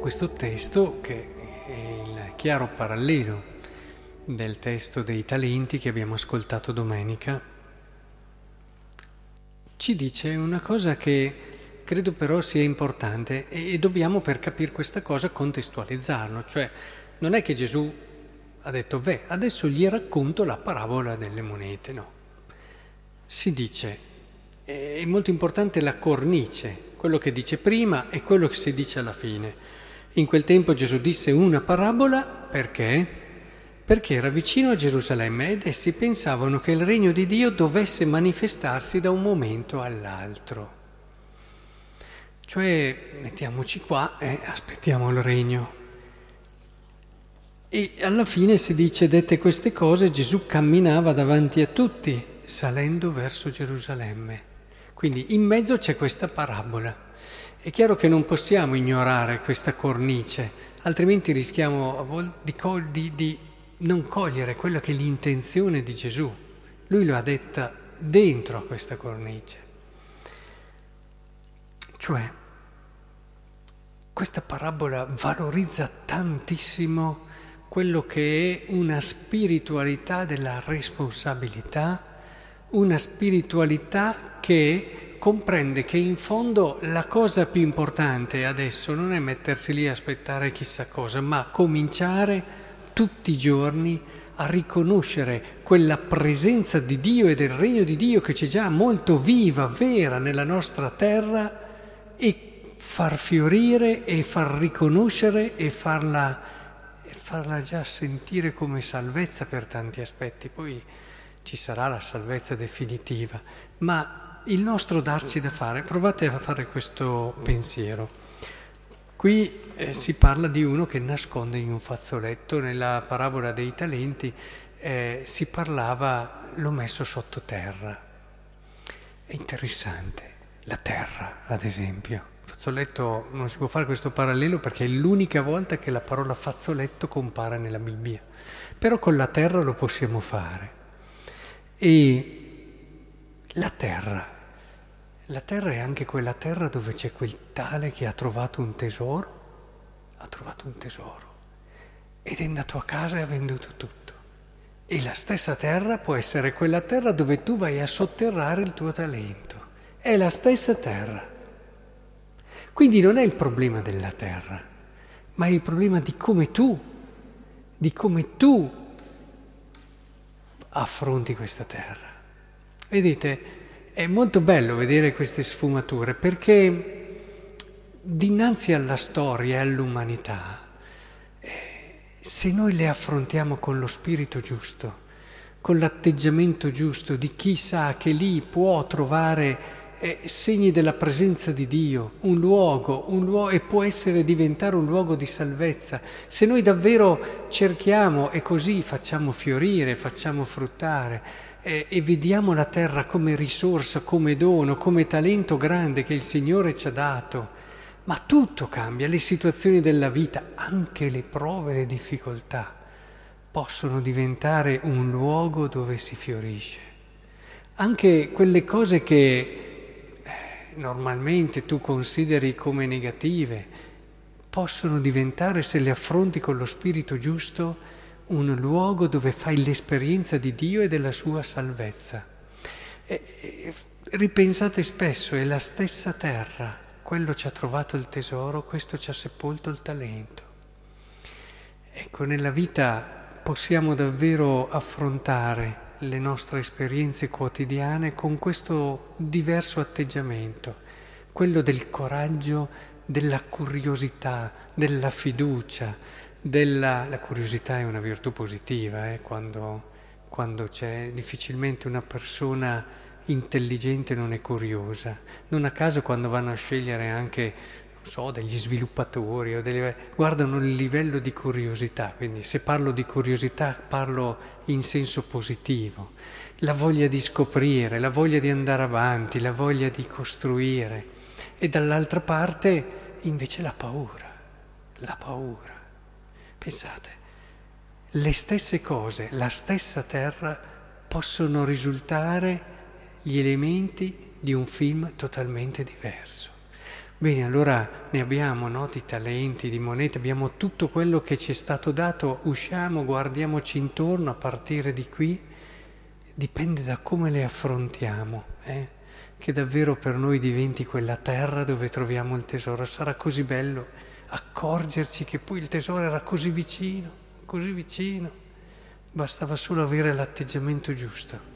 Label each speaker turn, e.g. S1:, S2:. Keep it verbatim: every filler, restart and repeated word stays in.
S1: questo testo, che è il chiaro parallelo del testo dei talenti che abbiamo ascoltato domenica, ci dice una cosa che credo però sia importante e dobbiamo, per capire questa cosa, contestualizzarlo. Cioè, non è che Gesù ha detto, beh, adesso gli racconto la parabola delle monete, no. Si dice, è molto importante la cornice, quello che dice prima e quello che si dice alla fine. In quel tempo Gesù disse una parabola, perché? Perché era vicino a Gerusalemme ed essi pensavano che il regno di Dio dovesse manifestarsi da un momento all'altro. Cioè, mettiamoci qua e aspettiamo il regno. E alla fine si dice, dette queste cose, Gesù camminava davanti a tutti, salendo verso Gerusalemme. Quindi in mezzo c'è questa parabola. È chiaro che non possiamo ignorare questa cornice, altrimenti rischiamo di, di, di non cogliere quella che è l'intenzione di Gesù. Lui lo ha detta dentro a questa cornice. Cioè, questa parabola valorizza tantissimo quello che è una spiritualità della responsabilità, una spiritualità che comprende che in fondo la cosa più importante adesso non è mettersi lì a aspettare chissà cosa, ma cominciare tutti i giorni a riconoscere quella presenza di Dio e del regno di Dio che c'è già molto viva, vera nella nostra terra, e far fiorire e far riconoscere e farla, e farla già sentire come salvezza per tanti aspetti. Poi ci sarà la salvezza definitiva, ma il nostro darci da fare, provate a fare questo pensiero. Qui eh, si parla di uno che nasconde in un fazzoletto. Nella parabola dei talenti eh, si parlava, l'ho messo sottoterra. È interessante, la terra ad esempio. Il fazzoletto, non si può fare questo parallelo perché è l'unica volta che la parola fazzoletto compare nella Bibbia, però con la terra lo possiamo fare. E la terra, la terra è anche quella terra dove c'è quel tale che ha trovato un tesoro, ha trovato un tesoro ed è andato a casa e ha venduto tutto. E la stessa terra può essere quella terra dove tu vai a sotterrare il tuo talento. È la stessa terra. Quindi non è il problema della terra, ma è il problema di come tu, di come tu affronti questa terra. Vedete, è molto bello vedere queste sfumature perché dinanzi alla storia e all'umanità, eh, se noi le affrontiamo con lo spirito giusto, con l'atteggiamento giusto di chi sa che lì può trovare eh, segni della presenza di Dio, un luogo, un luogo, e può essere diventare un luogo di salvezza. Se noi davvero cerchiamo e così facciamo fiorire, facciamo fruttare eh, e vediamo la terra come risorsa, come dono, come talento grande che il Signore ci ha dato, ma tutto cambia, le situazioni della vita, anche le prove, le difficoltà, possono diventare un luogo dove si fiorisce. Anche quelle cose che normalmente tu consideri come negative, possono diventare, se le affronti con lo spirito giusto, un luogo dove fai l'esperienza di Dio e della sua salvezza. E, e, ripensate spesso, è la stessa terra, quello ci ha trovato il tesoro, questo ci ha sepolto il talento. Ecco, nella vita possiamo davvero affrontare le nostre esperienze quotidiane con questo diverso atteggiamento, quello del coraggio, della curiosità, della fiducia, della... La curiosità è una virtù positiva, eh? quando, quando c'è difficilmente una persona intelligente non è curiosa. Non a caso quando vanno a scegliere anche, non so, degli sviluppatori o delle... guardano il livello di curiosità, quindi se parlo di curiosità parlo in senso positivo, la voglia di scoprire, la voglia di andare avanti, la voglia di costruire, e dall'altra parte invece la paura, la paura. Pensate, le stesse cose, la stessa terra possono risultare gli elementi di un film totalmente diverso. Bene, allora ne abbiamo, no? Di talenti, di monete, abbiamo tutto quello che ci è stato dato, usciamo, guardiamoci intorno a partire di qui, dipende da come le affrontiamo, eh? Che davvero per noi diventi quella terra dove troviamo il tesoro. Sarà così bello accorgerci che poi il tesoro era così vicino, così vicino, bastava solo avere l'atteggiamento giusto.